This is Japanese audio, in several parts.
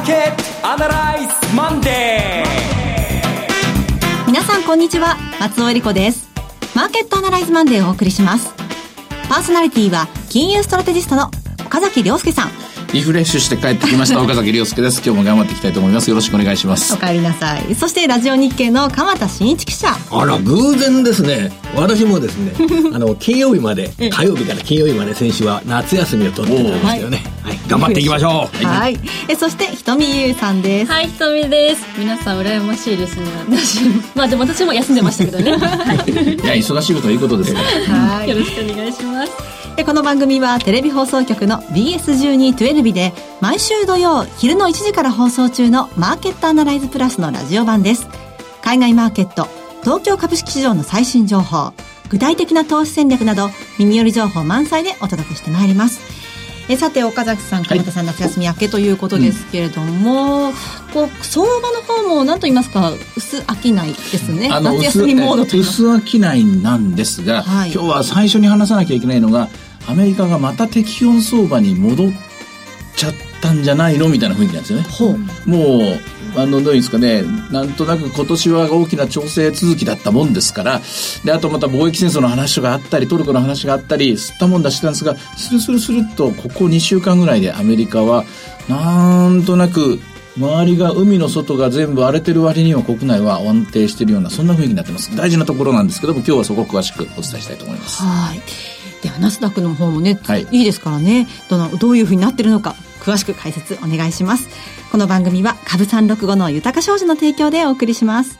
ケットアナライズマンデー。 皆さんこんにちは、松尾恵理子です。マーケットアナライズマンデーをお送りします。パーソナリティは金融ストラテジストの岡崎亮介さん。 リフレッシュして帰ってきました岡崎亮介です。今日も頑張っていきたいと思います。よろしくお願いします。 お帰りなさい。そしてラジオ日経の鎌田新一記者。 あら、偶然ですね。私もですね金曜日まで、火曜日から金曜日まで先週は夏休みを取ってたんですよね、はい、頑張っていきましょう。 はい、そしてひとみゆうさんです。 はい、ひとみです。皆さん羨ましいですね。まあでも私も休んでましたけどねいや忙しいことはいいことですからはい、よろしくお願いします。 この番組はテレビ放送局の BS1212 で毎週土曜昼の1時から放送中のマーケットアナライズプラスのラジオ版です。海外マーケット、東京株式市場の最新情報、具体的な投資戦略など耳寄り情報満載でお届けしてまいります。さて岡崎さん、鎌田さん、夏休み明けということですけれども、相場の方も何と言いますか薄商いですね。夏休みモードという薄商いなんですが、はい、今日は最初に話さなきゃいけないのがアメリカがまた適温相場に戻っちゃったんじゃないのみたいな雰囲気なんですよね。もうどういうんですかね、なんとなく今年は大きな調整続きだったもんですから、であとまた貿易戦争の話があったりトルコの話があったり吸ったもんだしてたんですが、スルっとここ2週間ぐらいでアメリカはなんとなく周りが海の外が全部荒れてる割には国内は安定しているようなそんな雰囲気になってます。大事なところなんですけども、今日はそこを詳しくお伝えしたいと思います。 はい。ではナスダックの方もね、いいですからね、どういう風になってるのか詳しく解説お願いします。この番組は株365の豊か商事の提供でお送りします。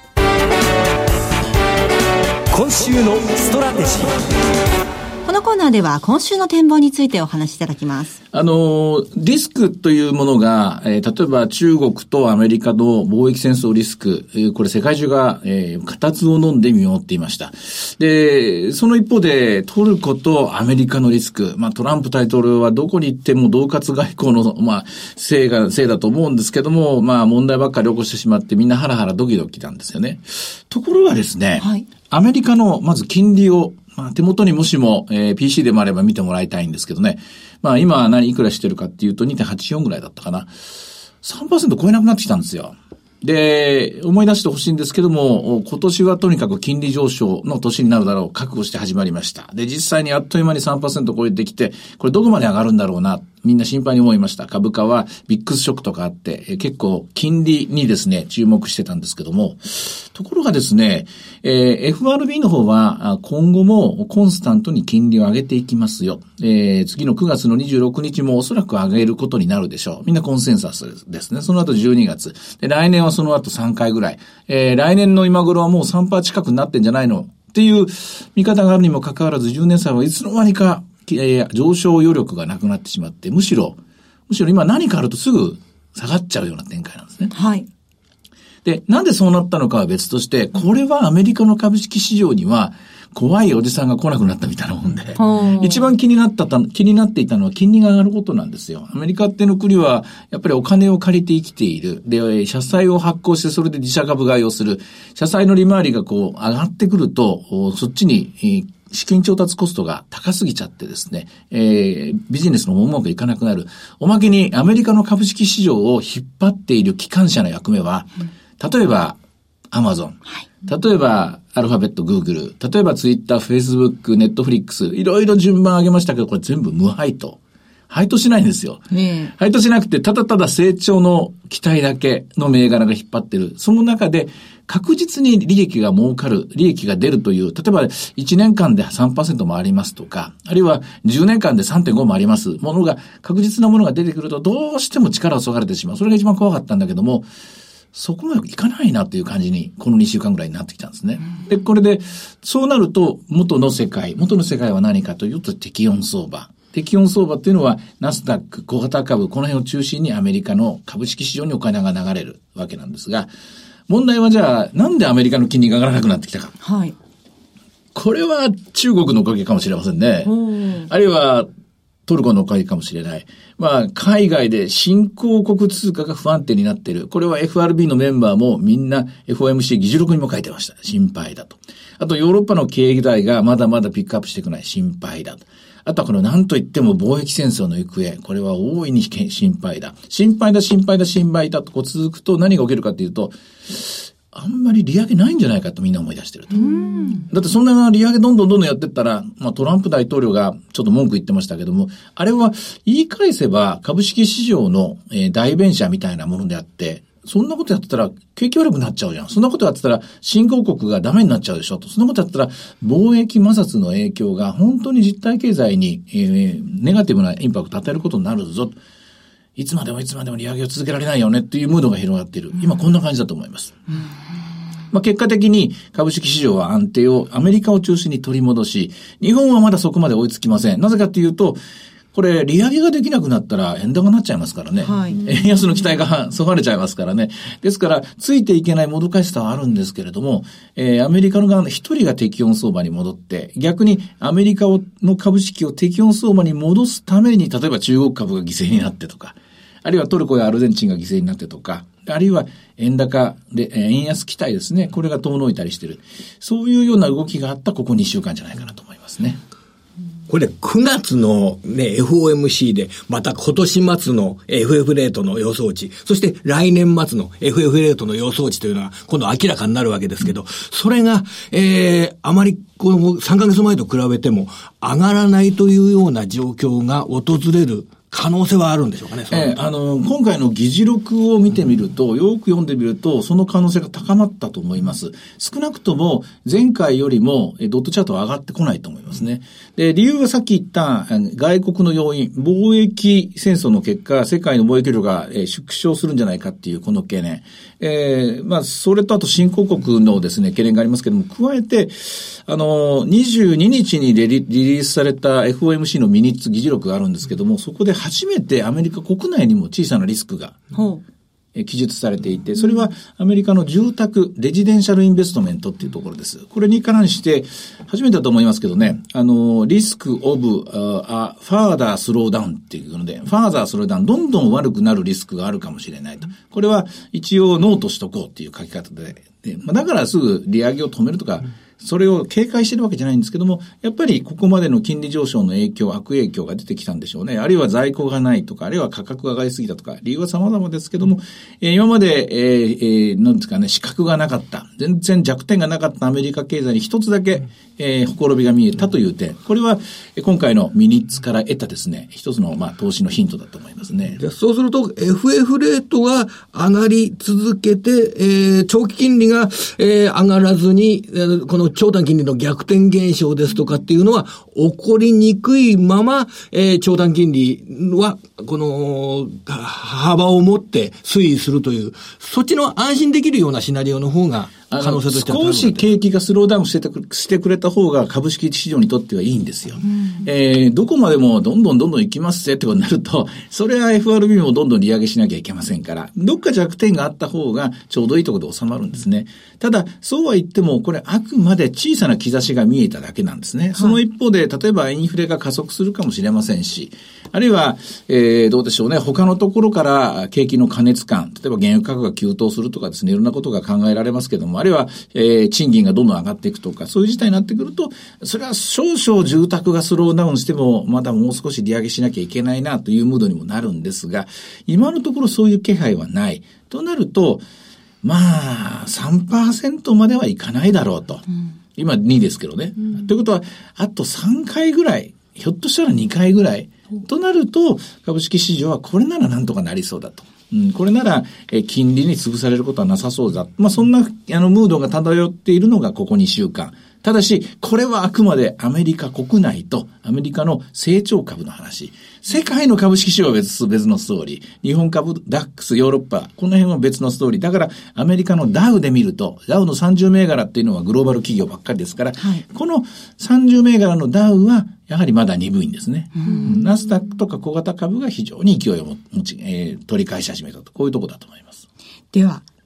今週のストラテジー。 このコーナーでは今週の展望についてお話しいただきます。 リスクというものが、例えば中国とアメリカの貿易戦争リスク、これ世界中が、固唾を飲んで見守っていました。で、その一方でトルコとアメリカのリスク、トランプ大統領はどこに行っても恫喝外交の、せいだと思うんですけども、問題ばっかり起こしてしまってみんなハラハラドキドキなんですよね。ところがですね、はい、アメリカのまず金利を手元にもしも、PC でもあれば見てもらいたいんですけどね。今いくらしてるかっていうと 2.84 ぐらいだったかな。3% 超えなくなってきたんですよ。で、思い出してほしいんですけども、今年はとにかく金利上昇の年になるだろう、覚悟して始まりました。で、実際にあっという間に 3% 超えてきて、これどこまで上がるんだろうな、みんな心配に思いました。株価はビックスショックとかあって、結構金利にですね、注目してたんですけども、ところがですね、FRB の方は今後もコンスタントに金利を上げていきますよ。次の9月の26日もおそらく上げることになるでしょう。みんなコンセンサスですね。その後12月。で、来年はその後3回ぐらい。来年の今頃はもう 3% 近くになってんじゃないのっていう見方があるにもかかわらず、10年債はいつの間にか上昇余力がなくなってしまって、むしろ今何かあるとすぐ下がっちゃうような展開なんですね。 はい。で、 なんでそうなったのかは別として、これはアメリカの株式市場には怖いおじさんが来なくなったみたいなもんで、一番気になっていたのは金利が上がることなんですよ。アメリカっての国はやっぱりお金を借りて生きている。で、社債を発行してそれで自社株買いをする。社債の利回りが上がってくると、そっちに資金調達コストが高すぎちゃってですね、ビジネスのうまくいかなくなる。おまけにアメリカの株式市場を引っ張っている機関車の役目は、例えばアマゾン、例えばアルファベットグーグル、例えばツイッター、フェイスブック、ネットフリックス、いろいろ順番上げましたけど、これ全部無配当。配当しないんですよ。配当しなくて、ただただ成長の期待だけの銘柄が引っ張ってる。その中で確実に利益が儲かる、利益が出るという、例えば1年間で 3% もありますとか、あるいは10年間で 3.5 もありますものが、確実なものが出てくるとどうしても力をそがれてしまう。それが一番怖かったんだけども、そこまでいかないなという感じに、この2週間ぐらいになってきたんですね。で、これで、そうなると、元の世界は何かというと、適温相場。適温相場っていうのは、ナスダック、小型株、この辺を中心にアメリカの株式市場にお金が流れるわけなんですが、問題はじゃあ、なんでアメリカの金利が上がらなくなってきたか。 はい。 これは中国のおかげかもしれませんね。あるいは、トルコのおかげかもしれない。海外で新興国通貨が不安定になっている。これは FRB のメンバーもみんな FOMC 議事録にも書いてました。心配だと。あとヨーロッパの経済がまだまだピックアップしていくない。心配だと。 あとはこの何と言っても貿易戦争の行方。これは大いに心配だ。心配だとこう続くと何が起きるかというと、あんまり利上げないんじゃないかとみんな思い出してると。だってそんな利上げどんどんやってったら、トランプ大統領がちょっと文句言ってましたけども、あれは言い返せば株式市場の代弁者みたいなものであって、そんなことやってたら景気悪くなっちゃうじゃん。そんなことやってたら新興国がダメになっちゃうでしょと。そんなことやったら貿易摩擦の影響が本当に実体経済に、ネガティブなインパクトを与えることになるぞ。いつまでも利上げを続けられないよねっていうムードが広がっている。今こんな感じだと思います。結果的に株式市場は安定をアメリカを中心に取り戻し、日本はまだそこまで追いつきません。なぜかというと、これ、利上げができなくなったら円高になっちゃいますからね。はい、円安の期待がそがれちゃいますからね。ですから、ついていけないもどかしさはあるんですけれども、アメリカの側の一人が適温相場に戻って、逆にアメリカの株式を適温相場に戻すために、例えば中国株が犠牲になってとか、あるいはトルコやアルゼンチンが犠牲になってとか、あるいは円高で、円安期待ですね。これが遠のいたりしている。そういうような動きがあったここ2週間じゃないかなと思いますね。 これ9月のね、FOMC で、また今年末の FF レートの予想値、そして来年末の FF レートの予想値というのが今度明らかになるわけですけど、それが、あまりこの3ヶ月前と比べても上がらないというような状況が訪れる可能性はあるんでしょうかね。 今回の議事録を見てみると、よく読んでみると、その可能性が高まったと思います。少なくとも前回よりもドットチャートは上がってこないと思いますね。で、理由はさっき言った外国の要因、貿易戦争の結果、世界の貿易量が縮小するんじゃないかっていうこの懸念。それとあと新興国のですね、懸念がありますけども、加えて、22日にリリースされた FOMC のミニッツ議事録があるんですけども、そこで初めてアメリカ国内にも小さなリスクが記述されていて、それはアメリカの住宅、レジデンシャルインベストメントっていうところです。これに関して初めてだと思いますけどね、リスクオブ、ファーダースローダウンっていうので、ファーダースローダウン、どんどん悪くなるリスクがあるかもしれないと。これは一応ノートしとこうっていう書き方で、だからすぐ利上げを止めるとか、それを警戒してるわけじゃないんですけども、やっぱりここまでの金利上昇の影響、悪影響が出てきたんでしょうね。あるいは在庫がないとか、あるいは価格が上がりすぎたとか、理由は様々ですけども、今まで、なんですかね、資格がなかった、全然弱点がなかったアメリカ経済に一つだけ、ほころびが見えたという点。これは、今回のミニッツから得たですね、一つの、投資のヒントだと思いますね。 じゃあそうすると、FF レートが上がり続けて、長期金利が、上がらずに、この長短金利の逆転現象ですとかっていうのは起こりにくいまま、長短金利はこの幅を持って推移するという、そっちの安心できるようなシナリオの方が可能性としては少し景気がスローダウンしてくれた方が株式市場にとってはいいんですよ。どこまでもどんどん行きますぜってことになると、それは FRB もどんどん利上げしなきゃいけませんから、どっか弱点があった方がちょうどいいところで収まるんですね。ただ、そうは言っても、これあくまで小さな兆しが見えただけなんですね。その一方で、例えばインフレが加速するかもしれませんし、あるいは、どうでしょうね、他のところから景気の過熱感、例えば原油価格が急騰するとかですね、いろんなことが考えられますけども、あるいは、賃金がどんどん上がっていくとか、そういう事態になってくると、それは少々住宅がスローダウンしても、まだもう少し利上げしなきゃいけないなというムードにもなるんですが、今のところそういう気配はない。となると、3% まではいかないだろうと。今2ですけどね。ということは、あと3回ぐらい、ひょっとしたら2回ぐらい、となると、株式市場はこれならなんとかなりそうだと。これなら、金利に潰されることはなさそうだ。そんな、ムードが漂っているのがここ2週間。ただし、これはあくまでアメリカ国内とアメリカの成長株の話。世界の株式市場は別のストーリー。日本株、ダックス、ヨーロッパ、この辺は別のストーリー。だから、アメリカのダウで見ると、ダウの30銘柄っていうのはグローバル企業ばっかりですから、この30銘柄のダウは、やはりまだ鈍いんですね。ナスダックとか小型株が非常に勢いを取り返し始めたと。こういうところだと思います。 では、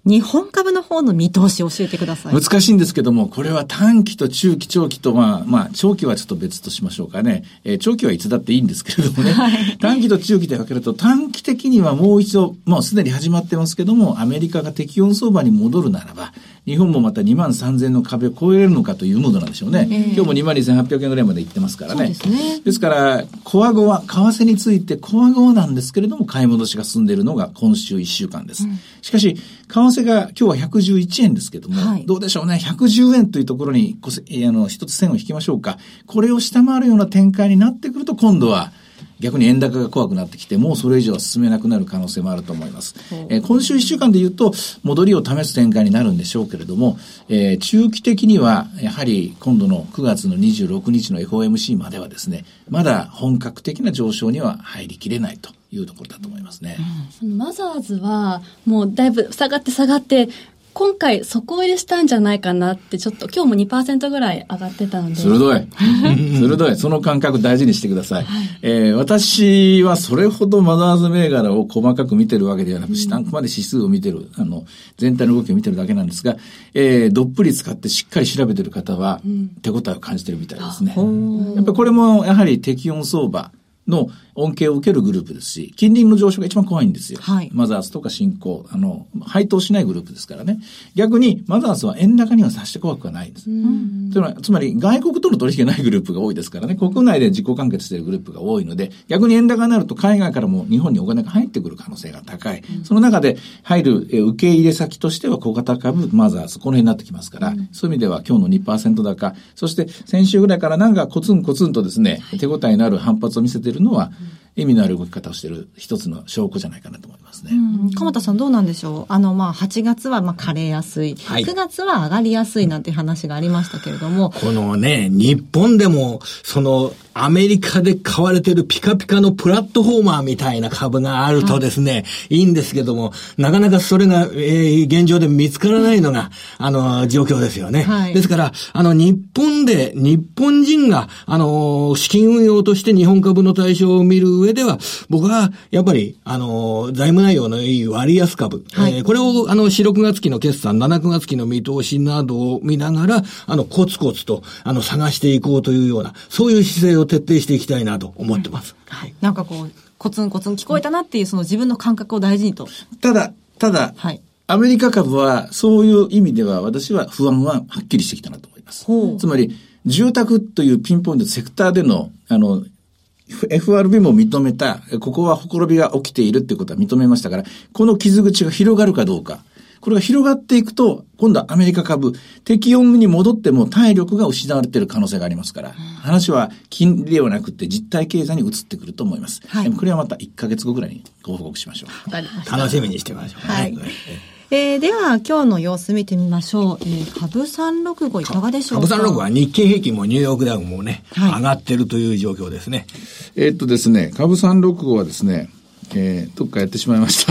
日本株の方の見通し教えてください。 難しいんですけども、これは短期と中期、長期と、長期はちょっと別としましょうかね。長期はいつだっていいんですけれどもね。はい、短期と中期で分けると、短期的にはもう一度、もうすでに始まってますけども、アメリカが適温相場に戻るならば、日本もまた23,000の壁を超えれるのかというムードなんでしょうね。今日も22,800円ぐらいまで行ってますからね。 そうですね。 ですから、コアゴア、為替についてコアゴアなんですけれども、買い戻しが進んでいるのが今週1週間です。しかし、為替が今日は111円ですけども、はい、どうでしょうね。110円というところに一つ線を引きましょうか。これを下回るような展開になってくると、今度は逆に円高が怖くなってきて、もうそれ以上は進めなくなる可能性もあると思います。今週1週間で言うと、戻りを試す展開になるんでしょうけれども、中期的には、やはり今度の9月の26日の FOMC まではですね、まだ本格的な上昇には入りきれないというところだと思いますね。 マザーズは、もうだいぶ下がって、今回底入れしたんじゃないかなってちょっと今日も 2% ぐらい上がってたので。 鋭い。その感覚大事にしてください。はい、私はそれほどマザーズ銘柄を細かく見てるわけではなく、あくまで指数を見てる、全体の動きを見てるだけなんですが、どっぷり使ってしっかり調べてる方は、手応えを感じてるみたいですね。やっぱりこれもやはり適温相場の恩恵を受けるグループですし、金利の上昇が一番怖いんですよ。はい、マザーズとか新興、配当しないグループですからね。逆に、マザーズは円高にはさして怖くはないんです。つまり、外国との取引がないグループが多いですからね、国内で自己完結しているグループが多いので、逆に円高になると海外からも日本にお金が入ってくる可能性が高い。その中で入る、受け入れ先としては小型株、マザーズ、この辺になってきますから、そういう意味では今日の 2% 高、そして先週ぐらいからなんかコツンコツンとですね、手応えのある反発を見せているのは、意味のある動き方をしている一つの証拠じゃないかなと思いますね。 鎌田さんどうなんでしょう。8月は枯れやすい、はい、9月は上がりやすいなんて話がありましたけれども、 このね、日本でもアメリカで買われてるピカピカのプラットフォーマーみたいな株があるとですね、いいんですけども、なかなかそれが、現状で見つからないのが、状況ですよね。はい、ですから、日本人が、資金運用として日本株の対象を見る上では、僕は、やっぱり、財務内容のいい割安株、はい、これを、4、6月期の決算、7、9月期の見通しなどを見ながら、コツコツと、探していこうというような、そういう姿勢を徹底していきたいなと思ってます。 はい。なんかコツンコツン聞こえたなっていう、その自分の感覚を大事にと。 ただ、はい、アメリカ株は、そういう意味では、私は不安ははっきりしてきたなと思います。つまり、住宅というピンポイントセクターでの、FRB も認めた、ここはほころびが起きているっていうことは認めましたから、この傷口が広がるかどうか。これが広がっていくと、今度はアメリカ株、適温に戻っても体力が失われている可能性がありますから、話は金利ではなくて実体経済に移ってくると思います。はい、これはまた1ヶ月後ぐらいにご報告しましょう。 楽しみにしてみましょう。 はい。では今日の様子見てみましょう。株365いかがでしょうか。 株365は日経平均もニューヨークダウンもね、はい、上がってるという状況ですね。 ですね、株365はですね、どっかやってしまいました。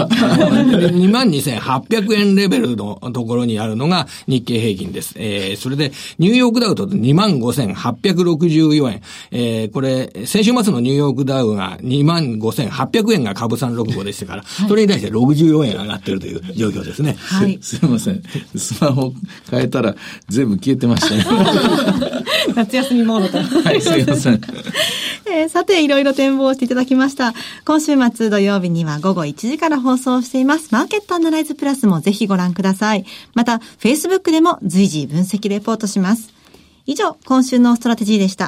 22,800 円レベルのところにあるのが日経平均です。それで、ニューヨークダウと 25,864 円。これ、先週末のニューヨークダウが 25,800 円が株365でしたから、はい、それに対して64円上がってるという状況ですね。 はい。すいません。スマホ変えたら全部消えてましたね。 夏休みモードと。 はい、すいません。 さて、いろいろ展望していただきました。今週末土曜日には午後1時から放送しています。マーケットアナライズプラスもぜひご覧ください。また、Facebook でも随時分析レポートします。以上、今週のストラテジーでした。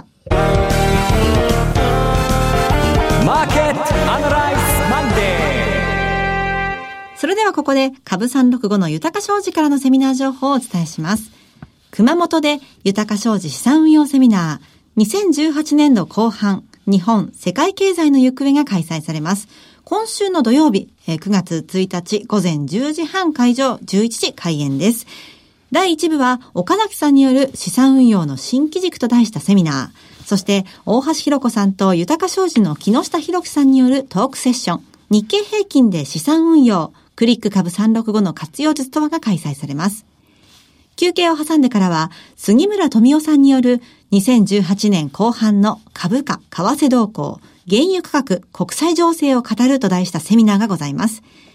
マーケットアナライズマンデー。それではここで、株365の豊か商事からのセミナー情報をお伝えします。熊本で豊か商事資産運用セミナー、2018年度後半、日本、世界経済の行方が開催されます。今週の土曜日、9月1日午前10時半会場、11時開演です。第1部は岡崎さんによる資産運用の新機軸と題したセミナー。そして大橋弘子さんと豊か商事の木下博樹さんによるトークセッション。日経平均で資産運用、クリック株365の活用術とはが開催されます。休憩を挟んでからは、杉村富夫さんによる2018年後半の株価、為替動向、原油価格、国際情勢を語ると題したセミナーがございます。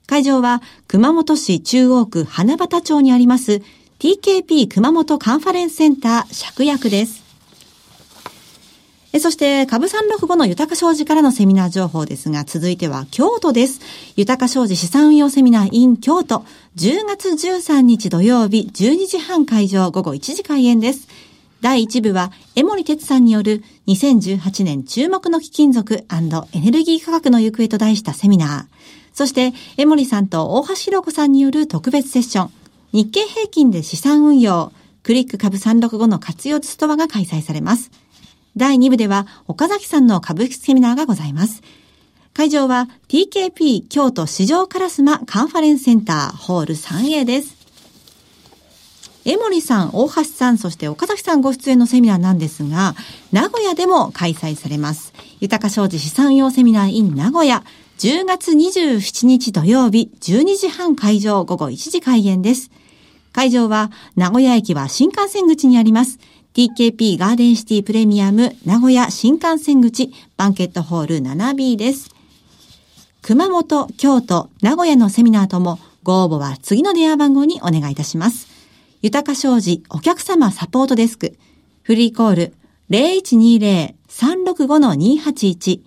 会場は熊本市中央区花畑町にあります TKP 熊本カンファレンスセンター芍薬です。そして株365の豊か商事からのセミナー情報ですが、続いては京都です。豊か商事資産運用セミナー in 京都、10月13日土曜日12時半会場、午後1時開演です。第1部は江森哲さんによる2018年注目の貴金属&エネルギー価格の行方と題したセミナー。そして江森さんと大橋ひろ子さんによる特別セッション、日経平均で資産運用、クリック株365の活用ストアが開催されます。第2部では岡崎さんの株式セミナーがございます。会場は TKP 京都市場烏丸カンファレンスセンターホール 3A です。江森さん、大橋さん、そして岡崎さんご出演のセミナーなんですが、名古屋でも開催されます。豊か商事資産運用セミナー in 名古屋、10月27日土曜日12時半会場、午後1時開演です。会場は名古屋駅は新幹線口にあります。TKP ガーデンシティプレミアム名古屋新幹線口バンケットホール 7B です。熊本、京都、名古屋のセミナーともご応募は次の電話番号にお願いいたします。豊か商事お客様サポートデスクフリーコール 0120-365-281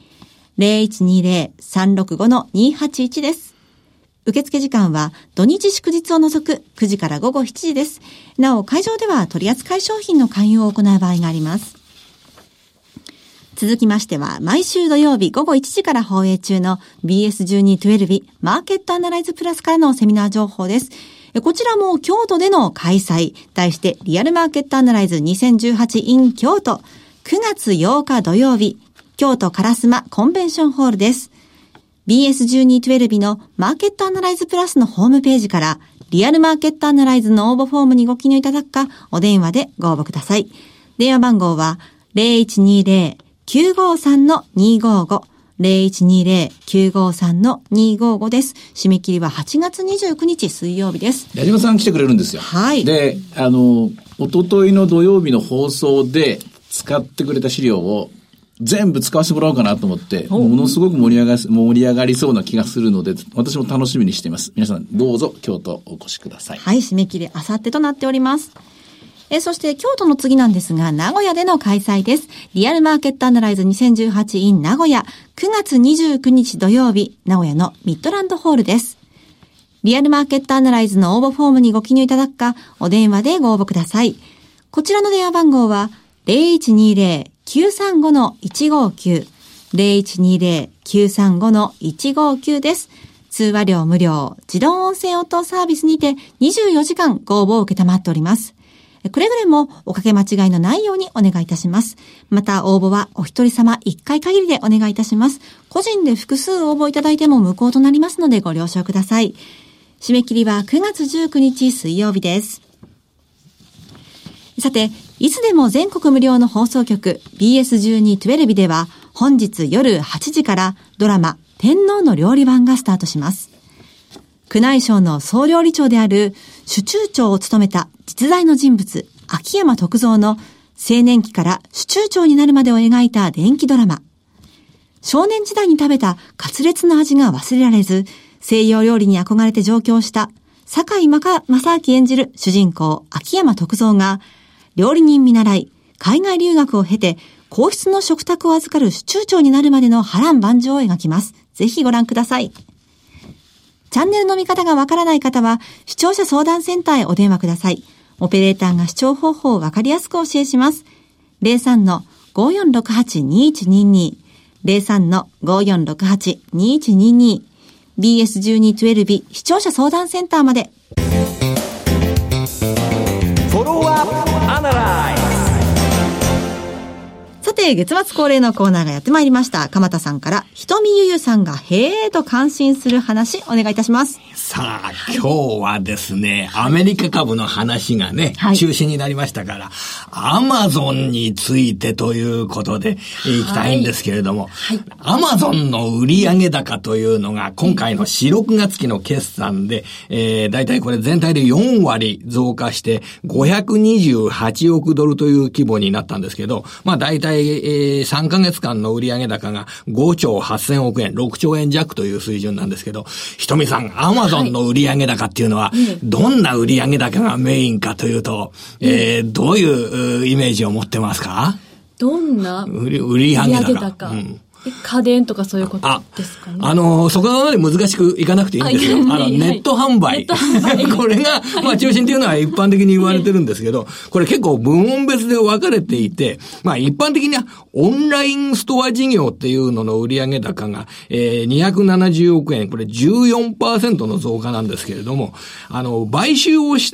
0120-365-281 です。受付時間は土日祝日を除く9時から午後7時です。なお会場では取扱い商品の勧誘を行う場合があります。続きましては毎週土曜日午後1時から放映中の BS12-12 マーケットアナライズプラスからのセミナー情報です。こちらも京都での開催、題してリアルマーケットアナライズ2018 in 京都9月8日土曜日京都烏丸コンベンションホールです。BS12-12 のマーケットアナライズプラスのホームページからリアルマーケットアナライズの応募フォームにご記入いただくかお電話でご応募ください。電話番号は 0120-953-255 0120-953-255 です。締め切りは8月29日水曜日です。 矢島さん来てくれるんですよ。 はい。 で、一昨日の土曜日の放送で使ってくれた資料を全部使わせてもらおうかなと思って、ものすごく盛り上がりそうな気がするので、私も楽しみにしています。皆さんどうぞ京都お越しください。 はい、締め切りあさってとなっております。そして京都の次なんですが、名古屋での開催です。リアルマーケットアナライズ2018 in 名古屋、9月29日土曜日、名古屋のミッドランドホールです。リアルマーケットアナライズの応募フォームにご記入いただくか、お電話でご応募ください。こちらの電話番号は、0120-935-159 0120-935-159 です。通話料無料、自動音声応答サービスにて24時間ご応募を受けたまっております。くれぐれもおかけ間違いのないようにお願いいたします。また応募はお一人様1回限りでお願いいたします。個人で複数応募いただいても無効となりますのでご了承ください。締め切りは9月19日水曜日です。さて、いつでも全国無料の放送局 BS12-12 では本日夜8時からドラマ天皇の料理番がスタートします。宮内省の総料理長である主厨長を務めた実在の人物秋山徳蔵の青年期から主厨長になるまでを描いた伝記ドラマ。少年時代に食べたカツレツの味が忘れられず西洋料理に憧れて上京した堺正明演じる主人公秋山徳蔵が料理人見習い、海外留学を経て、皇室の食卓を預かる主厨長になるまでの波乱万丈を描きます。ぜひご覧ください。チャンネルの見方がわからない方は、視聴者相談センターへお電話ください。オペレーターが視聴方法をわかりやすくお教えします。03-5468-2122 03-5468-2122 BS12-12 視聴者相談センターまで。さて、月末恒例のコーナーがやってまいりました。鎌田さんからひとみゆゆさんがへーと感心する話お願いいたします。 さあ、今日はですね、アメリカ株の話がね、中心になりましたから、アマゾンについてということでいきたいんですけれども、アマゾンの売上高というのが今回の4、6月期の決算で、だいたいこれ全体で4割増加して528億ドルという規模になったんですけど、まあだいたい 3ヶ月間の売上高が5兆8000億円、6兆円弱という水準なんですけど、ひとみさん、アマゾンの売上高っていうのは、どんな売上高がメインかというと、どういうイメージを持ってますか？ どんな売上高。 家電とかそういうことですかね。 そこまで難しくいかなくていいんですよ。ネット販売。これが、中心っていうのは一般的に言われてるんですけど、これ結構部門別で分かれていて、一般的にはオンラインストア事業っていうのの売上高が、270億円、これ 14% の増加なんですけれども、買収をして、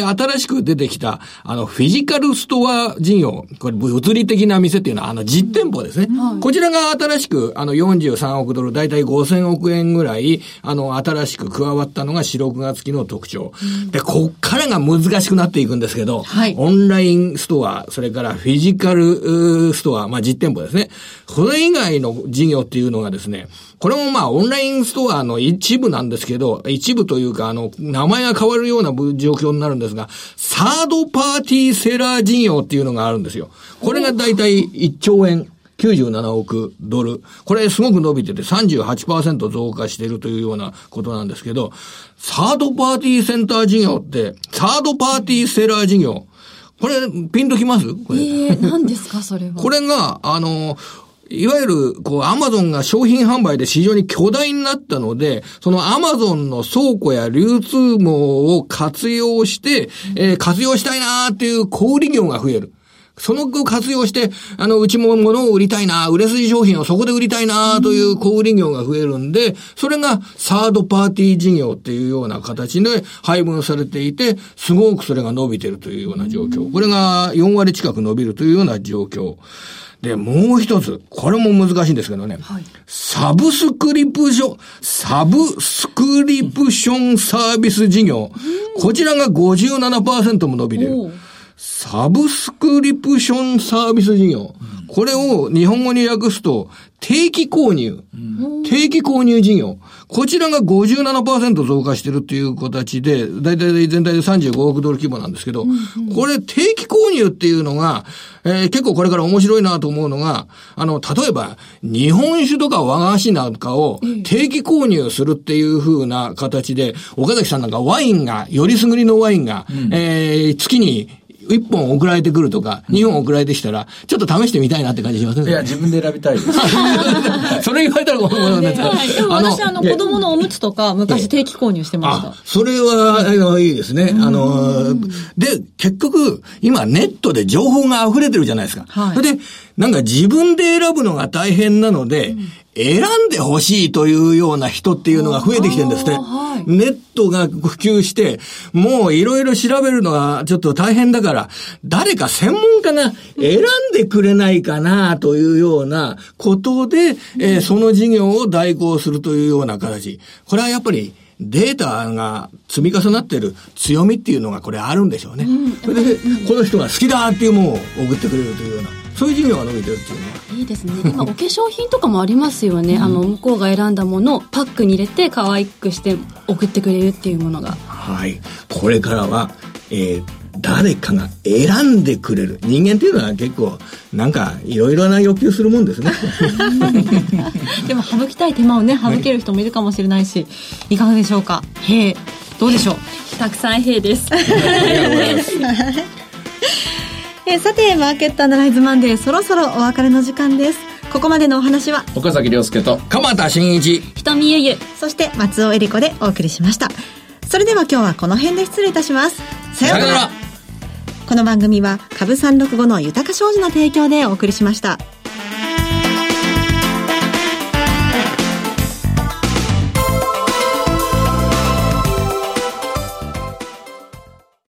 新しく出てきた、フィジカルストア事業、これ物理的な店っていうのは、実店舗ですね。こちらが新しく、43億ドル、だいたい5000億円ぐらい、新しく加わったのが4、6月期の特徴。で、こっからが難しくなっていくんですけど、オンラインストア、それからフィジカルストア、実店舗ですね。それ以外の事業っていうのがですね、これもオンラインストアの一部なんですけど、一部というか、名前が変わるような状況になるんですが、サードパーティーセラー事業っていうのがあるんですよ。これがだいたい1兆円。97億ドル。これすごく伸びてて 38% 増加しているというようなことなんですけど、サードパーティーセンター事業って、サードパーティーセラー事業。これ、ピンときます？これ。 何ですか、それは。 これが、いわゆる、アマゾンが商品販売で非常に巨大になったので、そのアマゾンの倉庫や流通網を活用して、活用したいなーっていう小売業が増える。その活用して、うちも物を売りたいな、売れ筋商品をそこで売りたいな、という小売業が増えるんで、それがサードパーティー事業っていうような形で配分されていて、すごくそれが伸びてるというような状況。これが4割近く伸びるというような状況。で、もう一つ、これも難しいんですけどね。サブスクリプションサービス事業。こちらが 57% も伸びてる。サブスクリプションサービス事業。これを日本語に訳すと、定期購入事業。こちらが 57% 増加してるっていう形で、だいたい全体で35億ドル規模なんですけど、これ定期購入っていうのが、結構これから面白いなと思うのが、例えば、日本酒とか和菓子なんかを定期購入するっていう風な形で、岡崎さんなんかワインが、よりすぐりのワインが、月に1本送られてくるとか、2本送られてきたら、ちょっと試してみたいなって感じしませんか？ いや、自分で選びたいです。 それ言われたらごめんなさい。 でも私、子供のおむつとか、昔定期購入してました。 それは、いいですね。で、結局、今ネットで情報が溢れてるじゃないですか。それで、なんか自分で選ぶのが大変なので、選んでほしいというような人っていうのが増えてきてるんですね。ネットが普及して、もういろいろ調べるのがちょっと大変だから、誰か専門家が選んでくれないかなというようなことで、その事業を代行するというような形。これはやっぱり、データが積み重なっている強みっていうのがこれあるんでしょうね。それで、この人が好きだっていうものを送ってくれるというような。そういう事業が伸びてるっていうのは。 いいですね。今、お化粧品とかもありますよね。向こうが選んだものをパックに入れて可愛くして送ってくれるっていうものが。 はい。これからは、誰かが選んでくれる。人間っていうのは結構、なんか、いろいろな欲求するもんですね。 でも、省きたい手間をね、省ける人もいるかもしれないし、いかがでしょうか？へえ、どうでしょう？ たくさんへえです。 ありがとうございます。 さて、マーケットアナライズマンデー、そろそろお別れの時間です。ここまでのお話は岡崎亮介と鎌田新一、 瞳ゆゆ、 そして松尾恵里子でお送りしました。それでは今日はこの辺で失礼いたします。さようなら。この番組は株365の豊か商事の提供でお送りしました。